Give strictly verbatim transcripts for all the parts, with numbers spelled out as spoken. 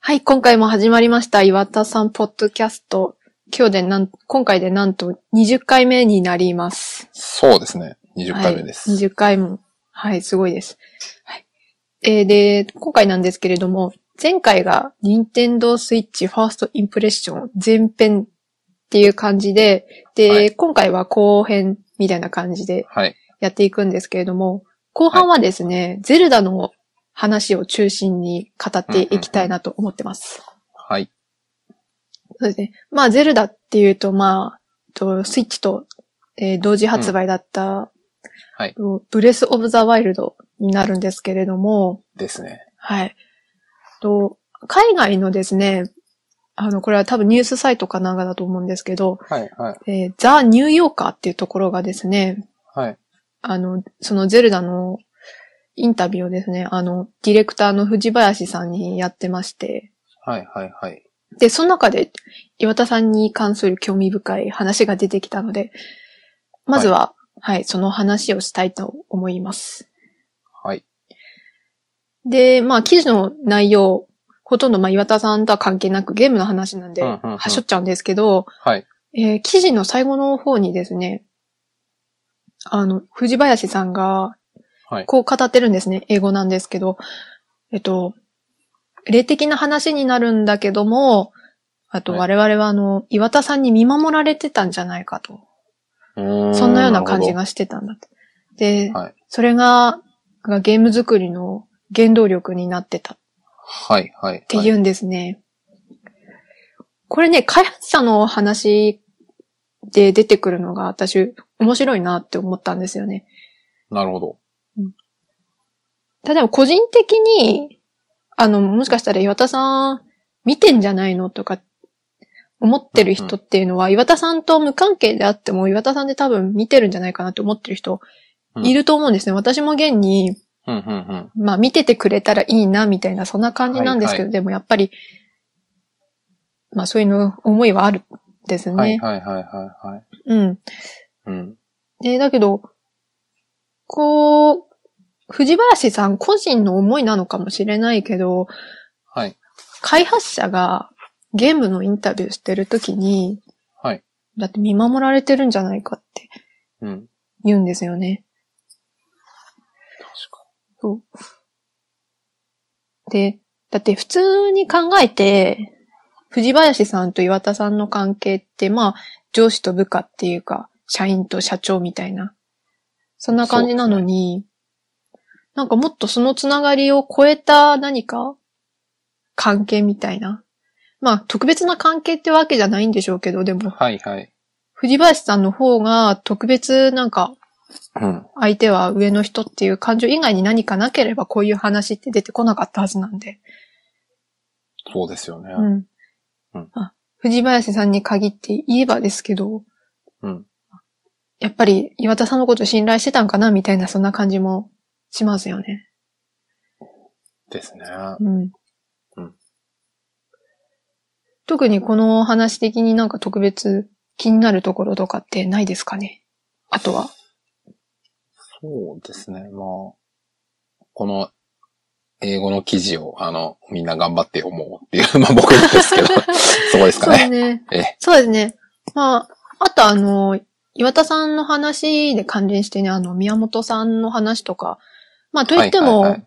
はい、今回も始まりました。岩田さんポッドキャスト。今日でなん、今回でなんとにじゅっかいめになります。 そうですね。にじゅっかいめです。 はい、にじゅっかいも。はい、すごいです。はい。えー、で、今回なんですけれども、前回が任天堂スイッチファーストインプレッション前編っていう感じで、で、はい、今回は後編みたいな感じでやっていくんですけれども、後半はですね、はい、ゼルダの話を中心に語っていきたいなと思ってます。 うんうんうん、はい。 そうですね。まあ、ゼルダっていうと、まあ、とスイッチと、えー、同時発売だった、うんはい、ブレスオブザワイルドになるんですけれども。 ですね。 はい。と、海外のですね、あの、これは多分ニュースサイトかなんかだと思うんですけど、 はいはい。 えー、ザ・ニューヨーカーっていうところがですね、 はい。 あの、そのゼルダのインタビューをですね、あの、ディレクターの藤林さんにやってまして。 はいはいはい。 で、その中で岩田さんに関する興味深い話が出てきたので、まずは、はい、はい、その話をしたいと思います。 はい。 で、まあ、記事の内容、ほとんどまあ岩田さんとは関係なくゲームの話なんで、うんうんうん、はしょっちゃうんですけど、 はい。 えー、記事の最後の方にですね、あの、藤林さんが、こう語ってるんですね。はい、英語なんですけど、えっと、霊的な話になるんだけども、あと我々はあの、岩田さんに見守られてたんじゃないかと。そんなような感じがしてたんだって。で、はい、それが、ゲーム作りの原動力になってた。 はいはい、はい。 って言うんですね。これね、開発者の話で出てくるのが私、面白いなって思ったんですよね。 なるほど。 うん、例えば個人的に、あの、もしかしたら岩田さん見てんじゃないのとか思ってる人っていうのは、うんうん、岩田さんと無関係であっても岩田さんで多分見てるんじゃないかなって思ってる人いると思うんですね。うん、私も現に、 うんうんうん、 まあ見ててくれたらいいなみたいなそんな感じなんですけど、はいはい、でもやっぱり、まあそういうの思いはあるんですね。 はいはいはいはい、はい。 うん。 うん。 で、だけど、こう、藤林さん個人の思いなのかもしれないけど、 はい。 開発者がゲームのインタビューしてるときに、 はい。 だって見守られてるんじゃないかって言うんですよね。 うん、確かに。 そう。で、だって普通に考えて、藤林さんと岩田さんの関係って、まあ、上司と部下っていうか、社員と社長みたいな、そんな感じなのに、ね、なんかもっとそのつながりを超えた何か関係みたいな。まあ、特別な関係ってわけじゃないんでしょうけど、でも、 はいはい。 藤林さんの方が特別なんか、うん、相手は上の人っていう感情以外に何かなければこういう話って出てこなかったはずなんで。 そうですよね。 うん。うん、あ、藤林さんに限って言えばですけど、 うん、 やっぱり岩田さんのこと信頼してたんかなみたいなそんな感じもしますよね。 ですね。 うん。うん、特にこの話的になんか特別気になるところとかってないですかね。あとは。 そうですね。まあ、この英語の記事を、あの、みんな頑張って読もうっていう、まあ僕ですけど、そこですかね。 そうですね。えそうですね。まあ、あとあの、岩田さんの話で関連してね、あの、宮本さんの話とか、まあ、といっても、はいはいはい、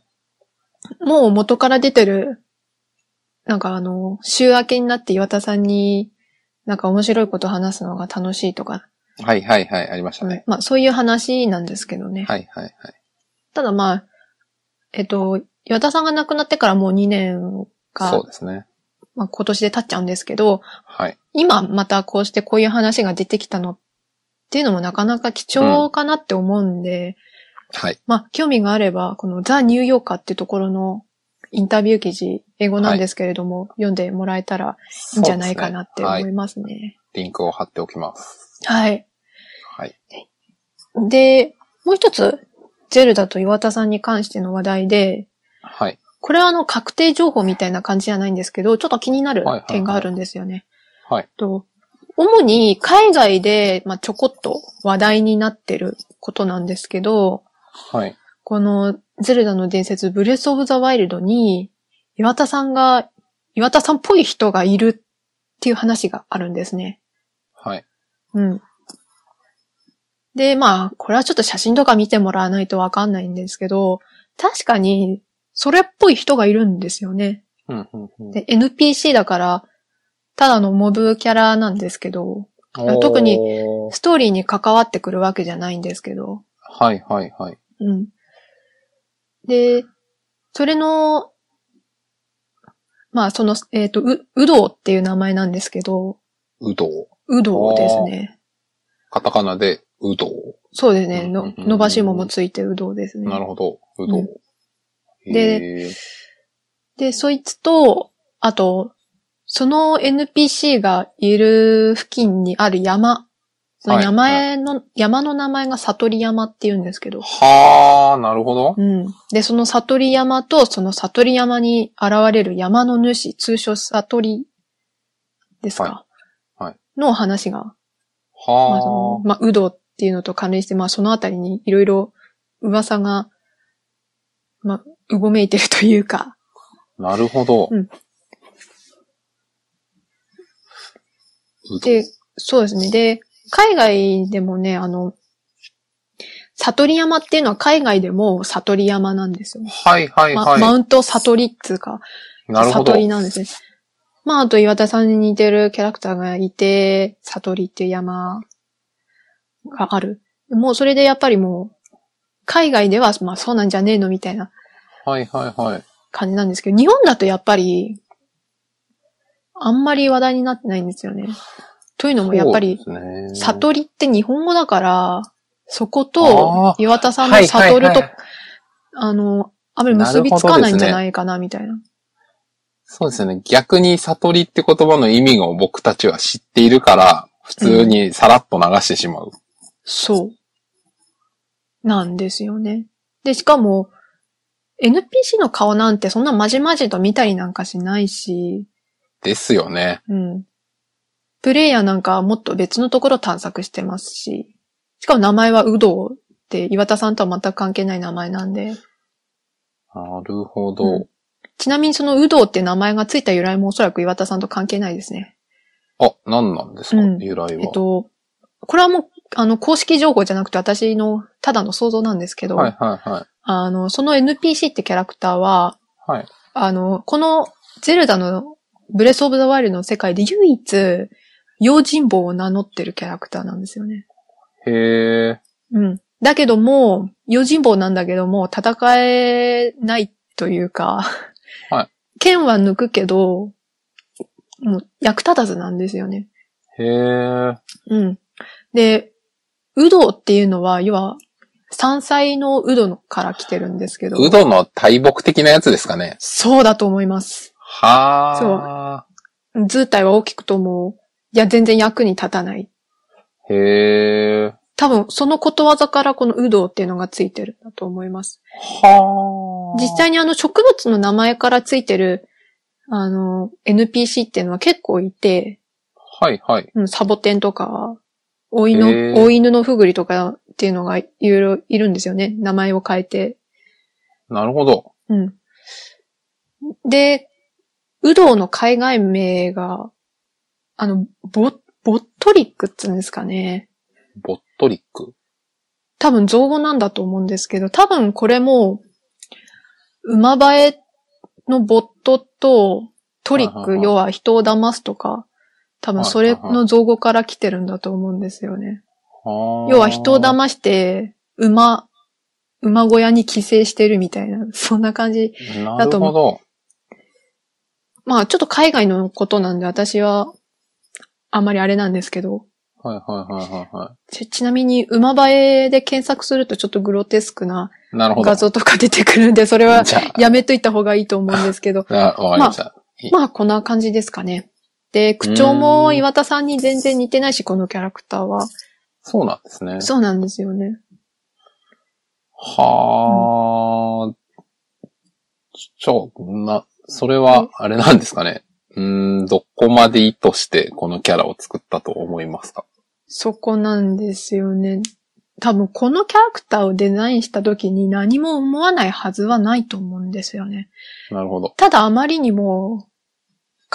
もう元から出てる、なんかあの、週明けになって岩田さんに、なんか面白いこと話すのが楽しいとか。 はいはいはい、ありましたね。 まあ、そういう話なんですけどね。 はいはいはい。 ただまあ、えっと、岩田さんが亡くなってからもうにねんか。 そうですね。 まあ今年で経っちゃうんですけど、 はい。 今またこうしてこういう話が出てきたのっていうのもなかなか貴重かなって思うんで、 うん、はい。 まあ興味があれば、このザ・ニューヨーカーっていうところのインタビュー記事、英語なんですけれども、はい、読んでもらえたらいいんじゃないかなって思いますね。はい、 リンクを貼っておきます。 はい。 はい。 で、もう一つ、ゼルダと岩田さんに関しての話題で、 はい。 これはあの確定情報みたいな感じじゃないんですけど、ちょっと気になる点があるんですよね。 はい。はいはい、 と主に海外で、まあ、ちょこっと話題になってることなんですけど、 はい。 このゼルダの伝説ブレスオブザワイルドに岩田さんが岩田さんっぽい人がいるっていう話があるんですね。 はい。 うん。で、まあ、これはちょっと写真とか見てもらわないとわかんないんですけど、確かに、それっぽい人がいるんですよね。 うんうんうん、 で、エヌピーシー だから、ただのモブキャラなんですけど、特にストーリーに関わってくるわけじゃないんですけど。 はいはいはい。 うん。で、それの、まあその、えっと、う、うどうっていう名前なんですけど。 うどう。 うどうですね。 カタカナでうどう。 そうですね。の伸ばしももついてうどうですね。 なるほど。うどう。 うん、で、で、そいつと、あと、その エヌピーシー がいる付近にある山。その山の、はいはい、山の名前が悟り山って言うんですけど。 はー、なるほど。 うん。で、その悟り山と、その悟り山に現れる山の主、通称悟りですか。 はい。はい、 の話が。 はー。 まあ、その、まあ、うどっていうのと関連して、まあ、そのあたりにいろいろ噂が、まあ、うごめいてるというか。 なるほど。 うん。で、そうですね。で、海外でもね、あの、悟り山っていうのは海外でも悟り山なんですよ。 はいはいはい。 ま、マウント悟りっていうか、 なるほど。 悟りなんですね。まあ、あと岩田さんに似てるキャラクターがいて、悟りっていう山がある。もうそれでやっぱりもう、海外ではまあそうなんじゃねえのみたいな。 はいはいはい。 感じなんですけど、日本だとやっぱり、あんまり話題になってないんですよね。というのもやっぱり、ね、悟りって日本語だから、そこと岩田さんの悟ると、はいはいはい、あの、あまり結びつかないんじゃないかな、みたいな。 そうですね。逆に悟りって言葉の意味を僕たちは知っているから、普通にさらっと流してしまう。うん、 そう。なんですよね。で、しかも、エヌピーシー の顔なんてそんなまじまじと見たりなんかしないし。 ですよね。 うん。プレイヤーなんかはもっと別のところ探索してますし。しかも名前はうどうって岩田さんとは全く関係ない名前なんで。 なるほど。 うん、ちなみにそのうどうって名前がついた由来もおそらく岩田さんと関係ないですね。 あ、何なんですか、うん、由来は。 えっと、これはもう、あの、公式情報じゃなくて私のただの想像なんですけど。 はいはいはい。 あの、その エヌピーシー ってキャラクターは、 はい。 あの、このゼルダのブレスオブザワイルドの世界で唯一、用心棒を名乗ってるキャラクターなんですよね。 へー。 うん。だけども、用心棒なんだけども、戦えないというか、 はい。 剣は抜くけど、もう役立たずなんですよね。 へー。 うん。で、ウドっていうのは、要は、山菜のウドから来てるんですけど。 ウドの大木的なやつですかね。 そうだと思います。 はー。そう。図体は大きくとも、いや、全然役に立たない。 へー。 多分、そのことわざからこのウドっていうのがついてるんだと思います。 はー。 実際にあの植物の名前からついてる、あの、エヌピーシー っていうのは結構いて。 はいはい。 うん、サボテンとか、お犬、お犬のふぐりとかっていうのがいろいろいるんですよね。名前を変えて。 なるほど。 うん。で、ウドの海外名が、あの、ボ、ボットリックって言うんですかね。 ボットリック？ 多分造語なんだと思うんですけど、多分これも、馬映えのボットとトリック、はいはいはい、要は人を騙すとか、多分それの造語から来てるんだと思うんですよね。 は要は人を騙して、馬、馬小屋に寄生してるみたいな、そんな感じだと思う。 なるほど。 まあちょっと海外のことなんで私は、あんまりあれなんですけど。 はいはいはいはい、はい。 ち、ちなみに馬映えで検索するとちょっとグロテスクな画像とか出てくるんで、それはやめといた方がいいと思うんですけど。 わかりました。 まあ、まあこんな感じですかね。で、口調も岩田さんに全然似てないし、このキャラクターは。 そうなんですね。 そうなんですよね。 はー。うん、ちょ、な、それは、あれなんですかね。うーん、どこまで意図してこのキャラを作ったと思いますか？ そこなんですよね。多分このキャラクターをデザインした時に何も思わないはずはないと思うんですよね。 なるほど。 ただあまりにも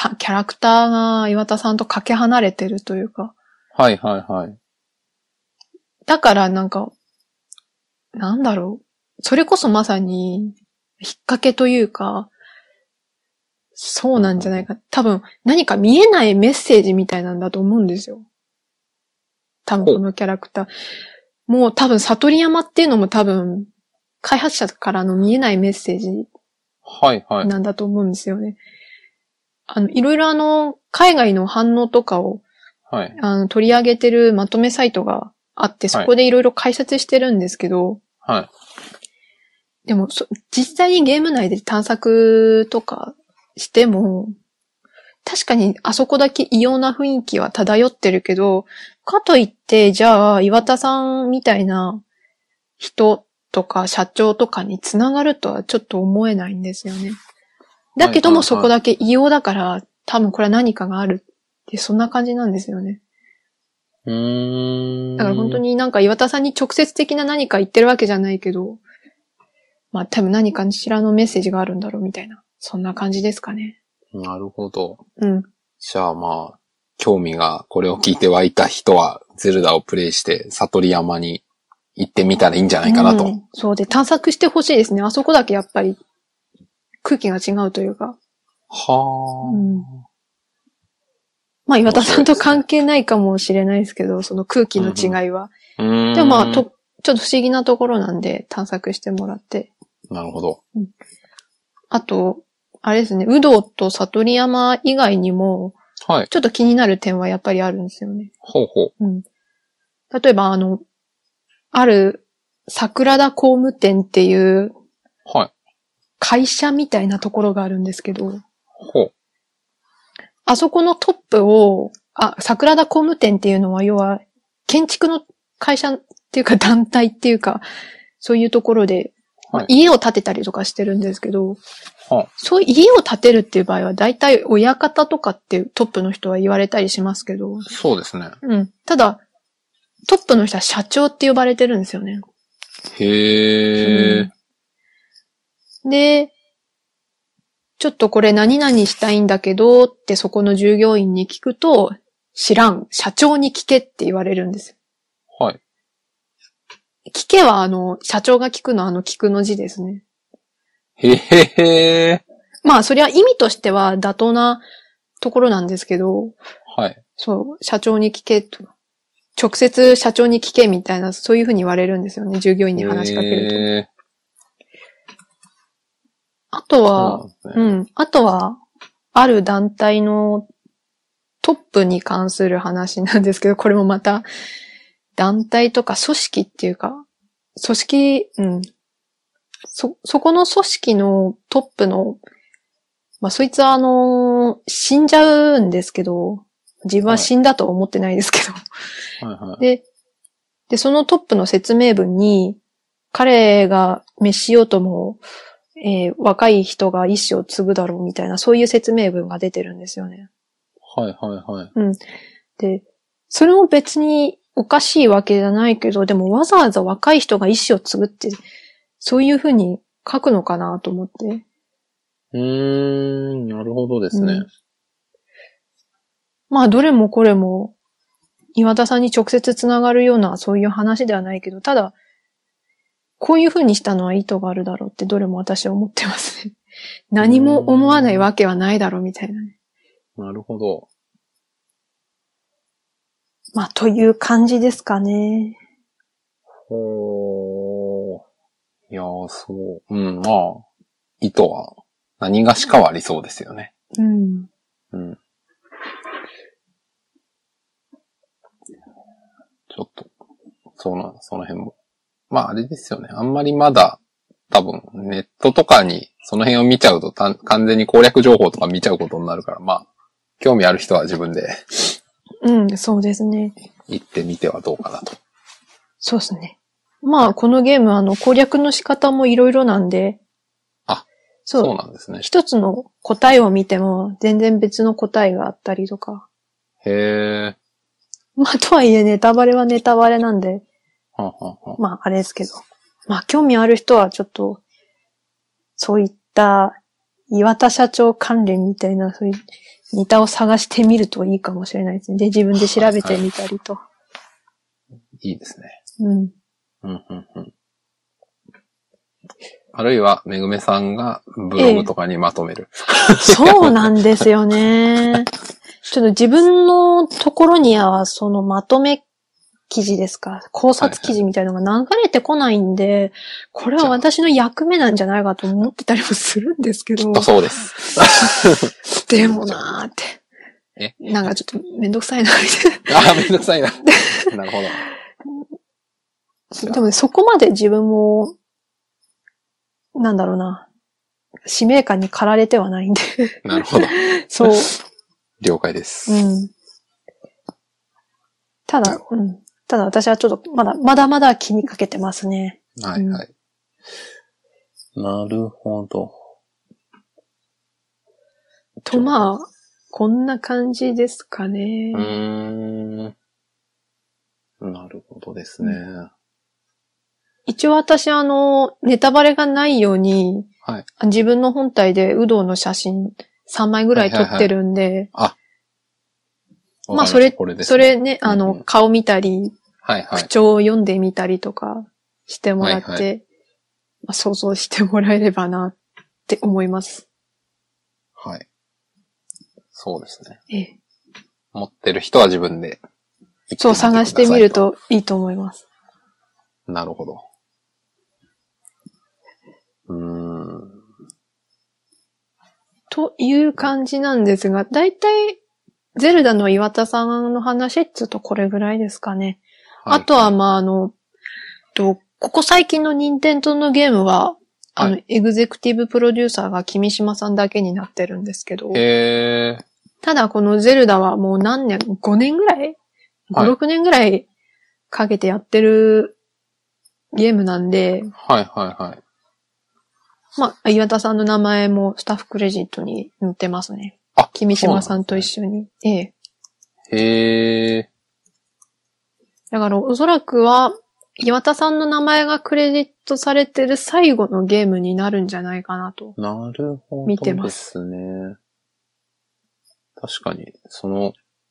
か、キャラクターが岩田さんとかけ離れてるというか。 はいはいはい。 だからなんか、なんだろう。それこそまさに、引っ掛けというか、そうなんじゃないか。多分、何か見えないメッセージみたいなんだと思うんですよ。多分このキャラクター。もう多分、悟り山っていうのも多分、開発者からの見えないメッセージはいはい。 なんだと思うんですよね。あの、いろいろあの、海外の反応とかを、 はい。 あの、取り上げてるまとめサイトがあって、そこでいろいろ解説してるんですけど、 はい。 でも、実際にゲーム内で探索とかしても、確かにあそこだけ異様な雰囲気は漂ってるけど、かといって、じゃあ、岩田さんみたいな人とか社長とかにつながるとはちょっと思えないんですよね。だけどもそこだけ異様だから、多分これは何かがあるって、そんな感じなんですよね。 うーん。 だから本当になんか岩田さんに直接的な何か言ってるわけじゃないけど、まあ多分何かしらのメッセージがあるんだろうみたいな、そんな感じですかね。 なるほど。 うん。 じゃあまあ、興味がこれを聞いて湧いた人は、ゼルダをプレイして、悟り山に行ってみたらいいんじゃないかなと。うん、 そうで、探索してほしいですね。あそこだけやっぱり、空気が違うというか。 はあ、うん。 まあ岩田さんと関係ないかもしれないですけど、その空気の違いは。うんうん、でもまあと、ちょっと不思議なところなんで探索してもらって。 なるほど。 うん、あと、あれですね、有働と悟り山以外にも、はい。ちょっと気になる点はやっぱりあるんですよね。 ほうほう。 うん。例えばあの、ある、桜田工務店っていう、はい。会社みたいなところがあるんですけど、ほう。あそこのトップを、あ、桜田工務店っていうのは要は、建築の会社っていうか団体っていうか、そういうところで、はい、まあ、家を建てたりとかしてるんですけど、はあ、そういう家を建てるっていう場合は、大体親方とかっていうトップの人は言われたりしますけど。 そうですね。 うん。ただ、トップの人は社長って呼ばれてるんですよね。 へー。 うん、で、ちょっとこれ何々したいんだけどってそこの従業員に聞くと、知らん、社長に聞けって言われるんです。 はい。 聞けはあの、社長が聞くのはあの聞くの字ですね。 へへー。 まあそれは意味としては妥当なところなんですけど、 はい。 そう、社長に聞けと。直接社長に聞けみたいな、そういうふうに言われるんですよね、従業員に話しかけると。へー。あとは、う, ね、うん。あとは、ある団体のトップに関する話なんですけど、これもまた、団体とか組織っていうか、組織、うん。そ、そこの組織のトップの、まあ、そいつはあの、死んじゃうんですけど、自分は死んだとは思ってないですけど。はいはいはい、で、で、そのトップの説明文に、彼が滅しようとも、えー、若い人が意志を継ぐだろうみたいな、そういう説明文が出てるんですよね。 はいはいはい。 うん。で、それも別におかしいわけじゃないけど、でもわざわざ若い人が意志を継ぐって、そういうふうに書くのかなと思って。 うーん、なるほどですね。うん、 まあ、どれもこれも、岩田さんに直接つながるようなそういう話ではないけど、ただ、こういう風にしたのは意図があるだろうってどれも私は思ってますね。何も思わないわけはないだろうみたいなね。 なるほど。 まあ、という感じですかね。 ほー。いやー、そう。うん、まあ、意図は何がしかはありそうですよね。 うん。 うん。ちょっと、そうな、その辺も。まああれですよね。あんまりまだ多分ネットとかにその辺を見ちゃうとた完全に攻略情報とか見ちゃうことになるから、まあ興味ある人は自分でうん、そうですね。 行ってみてはどうかなと。 そうですね。まあこのゲームあの攻略の仕方もいろいろなんで、 あ、そう、そうなんですね。 一つの答えを見ても全然別の答えがあったりとか。 へー。 まあとはいえネタバレはネタバレなんで。 はははまあ、あれですけど。まあ、興味ある人はちょっと、そういった岩田社長関連みたいな、そういうネタを探してみるといいかもしれないですね。で、自分で調べてみたりと。 はいはい、いいですね。 うん。うんうんうん。あるいは、めぐめさんがブログとかにまとめる。 ええ、そうなんですよね。ちょっと自分のところには、そのまとめ記事ですか、考察記事みたいなのが流れてこないんで、はいはい、これは私の役目なんじゃないかと思ってたりもするんですけど。 きっとそうです。 でもなーって。えなんかちょっとめんどくさいな、みたいな。ああ、めんどくさいな。なるほど。でも、ね、そこまで自分も、なんだろうな、使命感に駆られてはないんで。 なるほど。 そう。 了解です。 うん。ただ、うん。ただ私はちょっとまだ、まだまだ気にかけてますね。 はいはい。うん、なるほど。 と、まあ、こんな感じですかね。 うーん。なるほどですね。うん、 一応私あの、ネタバレがないように、はい、自分の本体で有働の写真さんまいぐらい撮ってるんで、はいはいはい、あ、まあそれ、これですね、それね、あの、うんうん、顔見たり、はいはい、口調を読んでみたりとかしてもらって、はいはい、まあ、想像してもらえればなって思います。 はい。そうですね。 ええ。 持ってる人は自分で。 そう、探してみるといいと思います。 なるほど。うーん。 という感じなんですが、だいたいゼルダの岩田さんの話って言うとこれぐらいですかね。はい、あとは、まあ、あの、と、ここ最近の任天堂のゲームは、あの、はい、エグゼクティブプロデューサーが君島さんだけになってるんですけど。 へー。 ただこのゼルダはもう何年、ごねんぐらい ?ご、はい、ろくねんぐらいかけてやってるゲームなんで。 はいはいはい。 まあ、岩田さんの名前もスタッフクレジットに載ってますね。あ、君島さんと一緒に。ええ。 へー。 だからおそらくは、岩田さんの名前がクレジットされてる最後のゲームになるんじゃないかなと。 なるほど。見てます。ですね。確かに、その、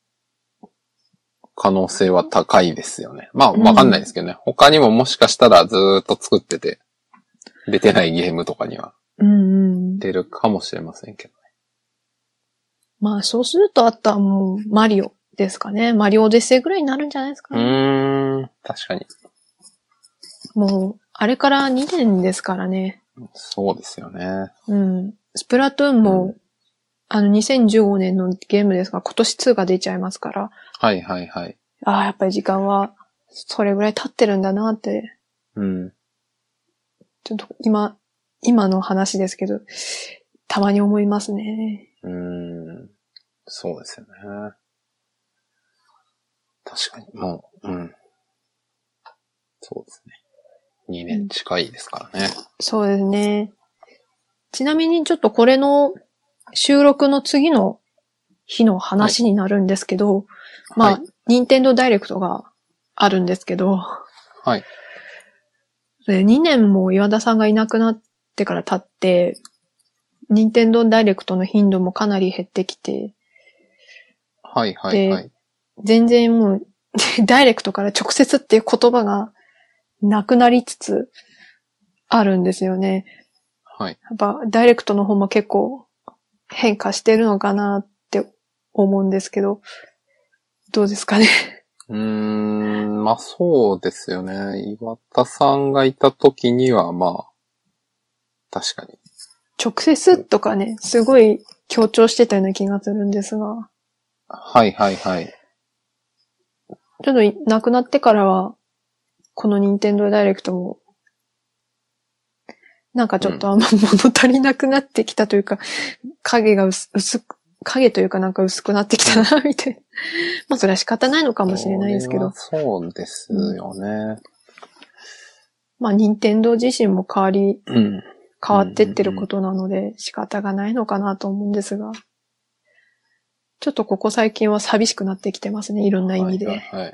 可能性は高いですよね。まあ、わかんないですけどね、うん。他にももしかしたらずーっと作ってて、出てないゲームとかには、出るかもしれませんけどね。 うんうん、まあ、そうすると、あとはもう、マリオですかね。マリオオデッセイぐらいになるんじゃないですかね。 うーん、確かに。 もう、あれからにねんですからね。 そうですよね。 うん。スプラトゥーンも、うん、あの、にせんじゅうごねんのゲームですが、今年ツーが出ちゃいますから。 はいはいはい。 ああ、やっぱり時間は、それぐらい経ってるんだなって。 うん。 ちょっと、今、今の話ですけど、たまに思いますね。 うーん。そうですよね。確かに、もう、うん。そうですね。にねん近いですからね。 そうですね。ちなみにちょっとこれの収録の次の日の話になるんですけど、はい、まあ、はい、任天堂ダイレクトがあるんですけど、 はい。 でにねんも岩田さんがいなくなってから経って、任天堂ダイレクトの頻度もかなり減ってきて、 はいはいはい。 で、全然もう、ダイレクトから直接っていう言葉がなくなりつつあるんですよね。 はい。 やっぱダイレクトの方も結構変化してるのかなって思うんですけど、どうですかね。 うーん、まあそうですよね。岩田さんがいた時にはまあ、確かに。 直接とかね、すごい強調してたような気がするんですが。 はいはいはい。 ちょっと亡くなってからは、この任天堂ダイレクトも、なんかちょっとあんま物足りなくなってきたというか、うん、影が薄、薄く、影というかなんか薄くなってきたな、みたいな。まあそれは仕方ないのかもしれないですけど。 そうですよね。うん、 まあ任天堂自身も変わり、うん、変わってってることなので仕方がないのかなと思うんですが。ちょっとここ最近は寂しくなってきてますね、いろんな意味で。 はいはいはい、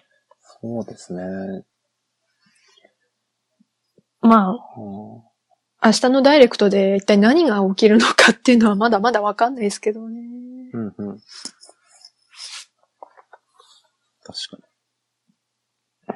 そうですね。 まあ、 明日のダイレクトで一体何が起きるのかっていうのはまだまだわかんないですけどね。 うんうん。確かに。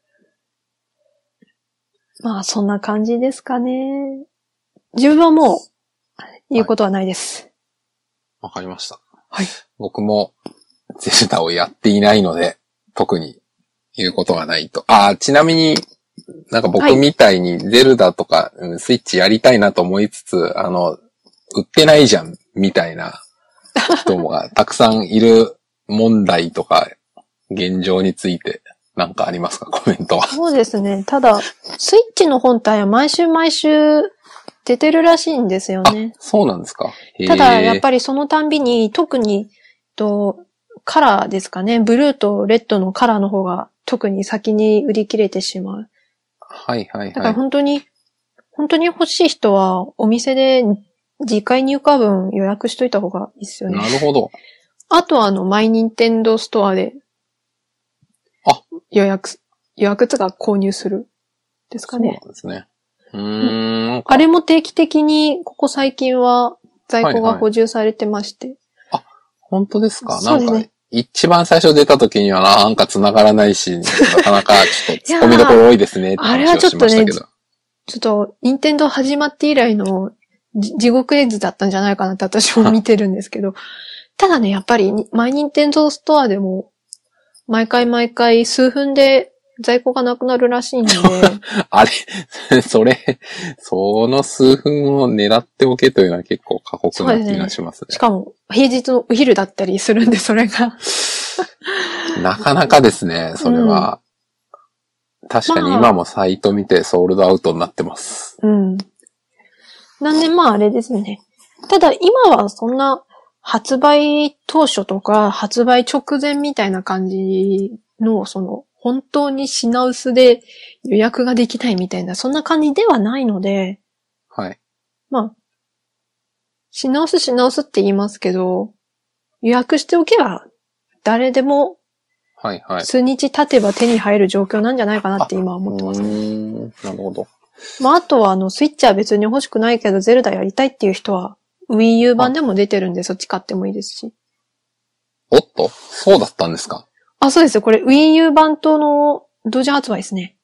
まあ、そんな感じですかね。自分はもう、言うことはないです。 わ、はい、かりました。 はい。 僕も、ゼルダをやっていないので、特に言うことはないと。ああ、ちなみに、なんか僕みたいにゼルダとか、はい、スイッチやりたいなと思いつつ、あの、売ってないじゃん、みたいな人がたくさんいる問題とか、現状について何かありますか、コメントは。 そうですね。ただ、スイッチの本体は毎週毎週出てるらしいんですよね。 あ、そうなんですか。 ただ、やっぱりそのたんびに、特に、と、カラーですかね。ブルーとレッドのカラーの方が特に先に売り切れてしまう。 はいはいはい。 だから本当に、本当に欲しい人はお店で次回入荷分予約しといた方がいいですよね。 なるほど。 あとはあの、マイニンテンドーストアで、 あ、 予約、予約つが購入する。ですかね。 そうなんですね。うーん。 あれも定期的に、ここ最近は在庫が補充されてまして。はいはい、 あ、本当ですか？ そうですね。 なんか、一番最初出た時にはなんか繋がらないし、なかなかちょっと突っ込みどころ多いですねって話をしましたけど。あれはちょっとね、 ちょっと、任天堂始まって以来の地獄絵図だったんじゃないかなって私も見てるんですけど。ただね、やっぱり、マイ任天堂ストアでも、毎回毎回数分で在庫がなくなるらしいんで。 あれ、それ、その数分を狙っておけというのは結構過酷な気がしますね。 しかも、平日のお昼だったりするんで、それが。 なかなかですね、それは。うん、確かに今もサイト見てソールドアウトになってます。 まあ、うん。なんでまああれですね。ただ今はそんな発売当初とか発売直前みたいな感じの、その、本当に品薄で予約ができないみたいな、そんな感じではないので。 はい。 まあ、品薄品薄って言いますけど、予約しておけば誰でもはいはい。 数日経てば手に入る状況なんじゃないかなって今思ってますね。 うーん、なるほど。 まあ、あとはあの、スイッチは別に欲しくないけど、ゼルダやりたいっていう人は、Wii U 版でも出てるんで、そっち買ってもいいですし。 おっと、そうだったんですか？ あ、そうですよ。これ Wii U 版との同時発売ですね。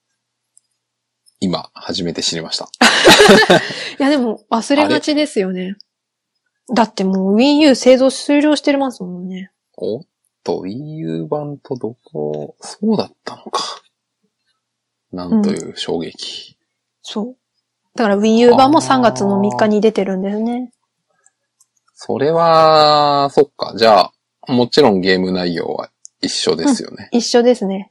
今、初めて知りました。 いや、でも忘れがちですよね。だってもう Wii U 製造終了してますもんね。 おっと、Wii U 版とどこ、そうだったのか。なんという衝撃。 うん、そう。だから Wii U 版もさんがつのみっかに出てるんですね。 それは、そっか。じゃあ、もちろんゲーム内容は一緒ですよね。 うん、一緒ですね。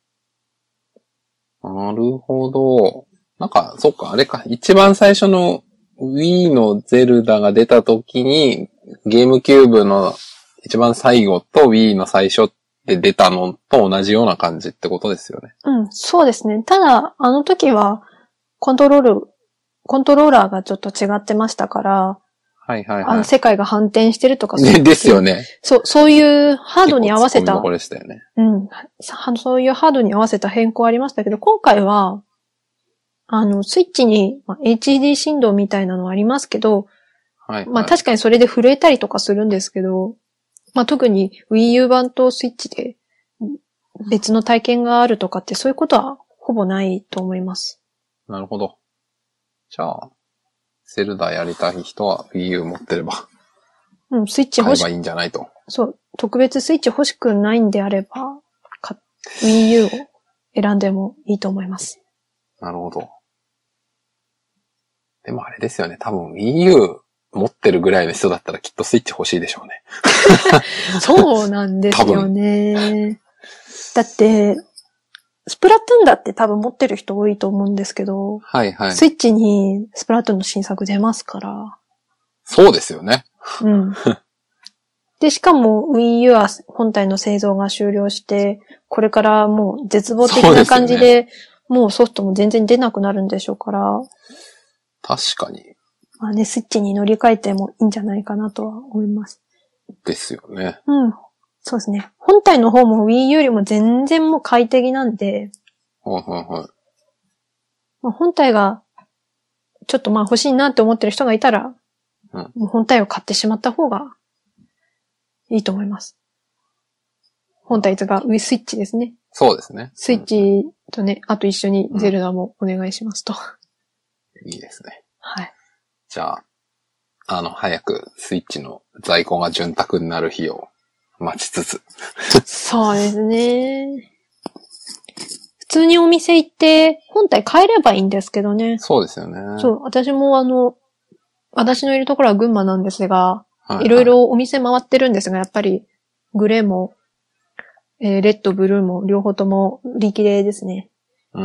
なるほど。なんか、そっか、あれか。一番最初の Wii のゼルダが出た時に、ゲームキューブの一番最後と Wii の最初で出たのと同じような感じってことですよね。 うん、そうですね。ただ、あの時は、コントロール、コントローラーがちょっと違ってましたから、 はいはいはい。 あの世界が反転してるとかそう。ですよね。 そう、そういうハードに合わせた。 これでしたよね。 うん。そういうハードに合わせた変更ありましたけど、今回は、あの、スイッチに、まあ、エイチディー 振動みたいなのありますけど、 はい、はい。 まあ確かにそれで震えたりとかするんですけど、まあ特に Wii U 版とスイッチで別の体験があるとかってそういうことはほぼないと思います。 なるほど。じゃあ、ゼルダやりたい人は Wii U 持ってれば。 うん、スイッチ欲し買えばいいんじゃないと。 そう、特別スイッチ欲しくないんであれば、Wii U を選んでもいいと思います。 なるほど。でもあれですよね。多分 Wii U 持ってるぐらいの人だったらきっとスイッチ欲しいでしょうね。 そうなんですよね。だって、スプラトゥーンだって多分持ってる人多いと思うんですけど、 はいはい。 スイッチにスプラトゥーンの新作出ますから。 そうですよね。 うん。で、しかも Wii U は本体の製造が終了して、これからもう絶望的な感じで、もうソフトも全然出なくなるんでしょうから。 確かに。 まあね、スイッチに乗り換えてもいいんじゃないかなとは思います。 ですよね。 うん。そうですね。本体の方も Wii U よりも全然もう快適なんで。 はいはいはい。 まあ、本体がちょっとまあ欲しいなって思ってる人がいたら、 うん、 もう本体を買ってしまった方がいいと思います。本体が上スイッチですね。 そうですね。 スイッチとね、あと一緒にゼルダもお願いしますと。 うん、いいですね。 はい。 じゃあ、あの、早くスイッチの在庫が潤沢になる日を待ちつつ。 そうですね。普通にお店行って本体買えればいいんですけどね。 そうですよね。 そう、私もあの、私のいるところは群馬なんですが、 はいはい、 いろいろお店回ってるんですが、やっぱりグレーも、えー、レッド、ブルーも両方とも売切れですね。 うん。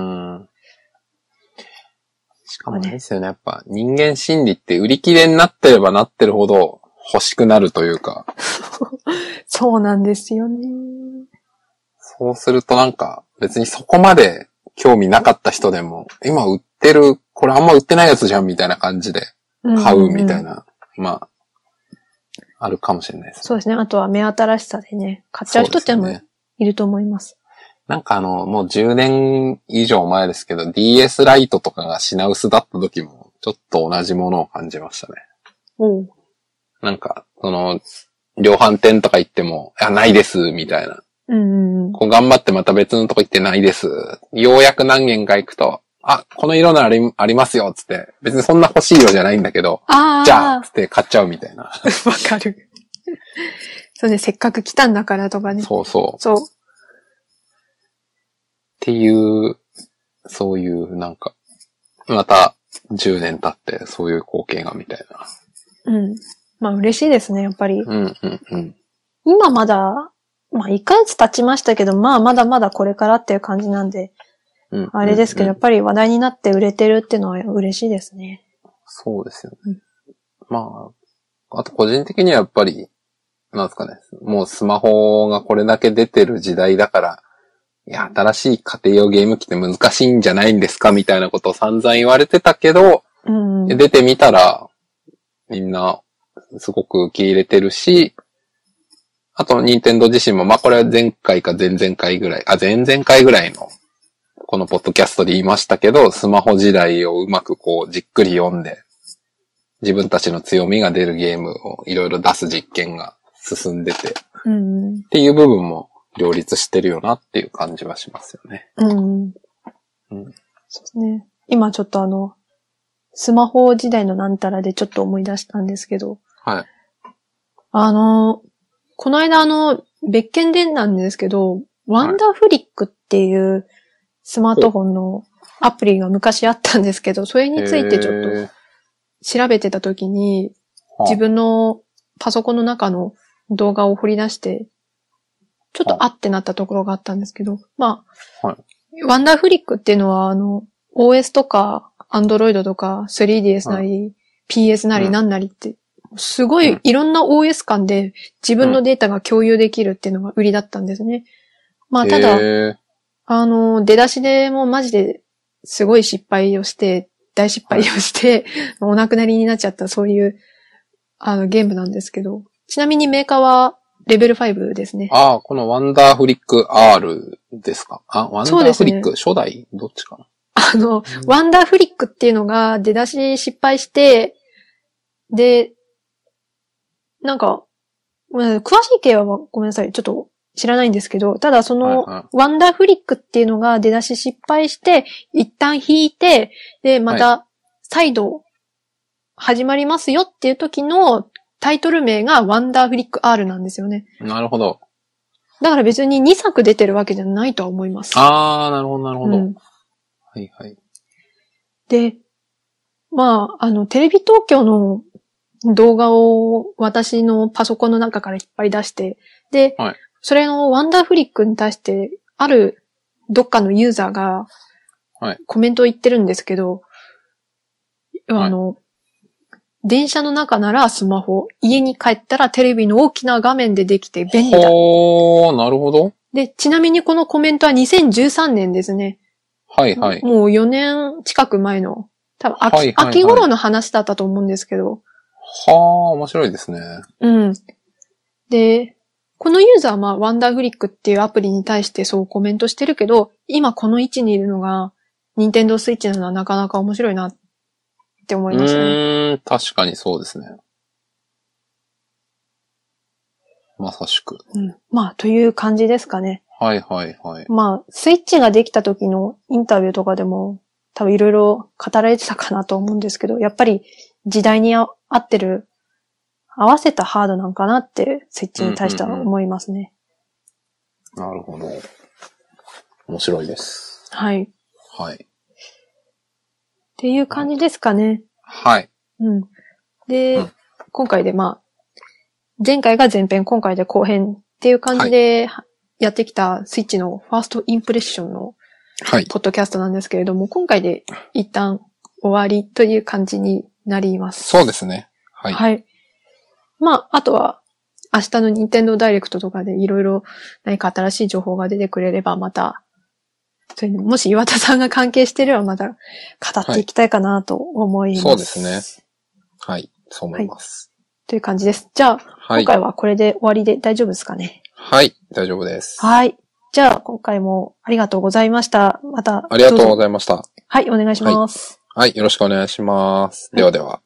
しかもあれですよね。やっぱ人間心理って売り切れになってればなってるほど欲しくなるというか。 そうなんですよね。 そうするとなんか別にそこまで興味なかった人でも、今売ってる、これあんま売ってないやつじゃんみたいな感じで買うみたいな、うんうんうん、まあ、あるかもしれないですね。 そうですね。あとは目新しさでね、買っちゃう人ってもいると思います。 なんかあの、もうじゅうねん以上前ですけど、ディーエス ライトとかが品薄だった時も、ちょっと同じものを感じましたね。 おう。 なんか、その、量販店とか行っても、いや、ないです、みたいな。 うんうん、 こう頑張ってまた別のとこ行ってないです。ようやく何軒か行くと、あ、この色のあり、ありますよ、つって。別にそんな欲しい色じゃないんだけど、 あじゃあ、つって買っちゃうみたいな。わかる。そうね、せっかく来たんだからとかね。 そうそう。 そう。 っていう、そういうなんか、またじゅうねん経ってそういう光景がみたいな。うん。まあ嬉しいですね、やっぱり。 うんうんうん。 今まだ、まあいっかげつ経ちましたけど、まあまだまだこれからっていう感じなんで、うんうんうん、あれですけど、やっぱり話題になって売れてるっていうのは嬉しいですね。 そうですよね。うん、まあ、あと個人的にはやっぱり、なんですかね、もうスマホがこれだけ出てる時代だから、いや、新しい家庭用ゲーム機って難しいんじゃないんですかみたいなことを散々言われてたけど、 うん、 出てみたら、みんな、すごく受け入れてるし、あと、任天堂自身も、まあ、これは前回か前々回ぐらい、あ、前々回ぐらいの、このポッドキャストで言いましたけど、スマホ時代をうまくこう、じっくり読んで、自分たちの強みが出るゲームをいろいろ出す実験が進んでて、 うん、 っていう部分も、両立してるよなっていう感じはしますよね。 うん。うん。そうですね。今ちょっとあの、スマホ時代のなんたらでちょっと思い出したんですけど。 はい。 あの、この間あの、別件でなんですけど、ワンダーフリックっていうスマートフォンのアプリが昔あったんですけど、それについてちょっと調べてた時に、自分のパソコンの中の動画を掘り出して、ちょっとあってなったところがあったんですけど、まあ、はい、ワンダーフリックっていうのは、あの、オーエス とか、Android とか、スリーディーエス なり、はい、ピーエス なりなんなりって、すごいいろんな オーエス 間で自分のデータが共有できるっていうのが売りだったんですね。まあ、ただ、あの、出だしでもうマジですごい失敗をして、大失敗をして、はい、お亡くなりになっちゃったそういう、あの、ゲームなんですけど、ちなみにメーカーは、レベルファイブですね。 ああ、このワンダーフリック R ですか。あ、ワンダーフリック、ね、初代どっちかな。 あの、うん、ワンダーフリックっていうのが出だし失敗して、で、なんか、詳しい経緯はごめんなさい、ちょっと知らないんですけど、ただその、はいはい、ワンダーフリックっていうのが出だし失敗して、一旦引いて、で、また再度始まりますよっていう時の、タイトル名がワンダーフリック R なんですよね。 なるほど。 だから別ににさく出てるわけじゃないとは思います。 あー、なるほど、なるほど。うん、はいはい。 で、まあ、あの、テレビ東京の動画を私のパソコンの中から引っ張り出して、で、はい、それのワンダーフリックに対して、あるどっかのユーザーが、コメントを言ってるんですけど、はい、あの、電車の中ならスマホ、家に帰ったらテレビの大きな画面でできて便利だ。 おー、なるほど。 で、ちなみにこのコメントはにせんじゅうさんねんですね。 はいはい。 もうよねん近く前の、多分秋、はいはいはい、秋頃の話だったと思うんですけど。 はー、面白いですね。 うん。で、このユーザーはまあ、ワンダーフリックっていうアプリに対してそうコメントしてるけど、今この位置にいるのが、ニンテンドースイッチなのはなかなか面白いなっって思いましたね。うーん、確かにそうですね。まさしく。 うん。まあ、という感じですかね。 はいはいはい。 まあ、スイッチができた時のインタビューとかでも、多分いろいろ語られてたかなと思うんですけど、やっぱり時代に合ってる、合わせたハードなんかなって、スイッチに対しては思いますね。 うんうんうん、なるほど。面白いです。 はい。 はい。 っていう感じですかね。 はい。 うん。で、うん、今回でまあ、前回が前編、今回で後編っていう感じでやってきたスイッチのファーストインプレッションのポッドキャストなんですけれども、はい、今回で一旦終わりという感じになります。 そうですね。はい。 はい。まあ、あとは明日の任天堂ダイレクトとかでいろいろ何か新しい情報が出てくれればまた、それにもし岩田さんが関係していればまた語っていきたいかなと思います。 はい、そうですね。はい。そう思います。 はい、という感じです。じゃあ、はい、今回はこれで終わりで大丈夫ですかね。 はい、大丈夫です。 はい。じゃあ、今回もありがとうございました。また。 ありがとうございました。 はい、お願いします。 はい、はい、よろしくお願いします。ではでは。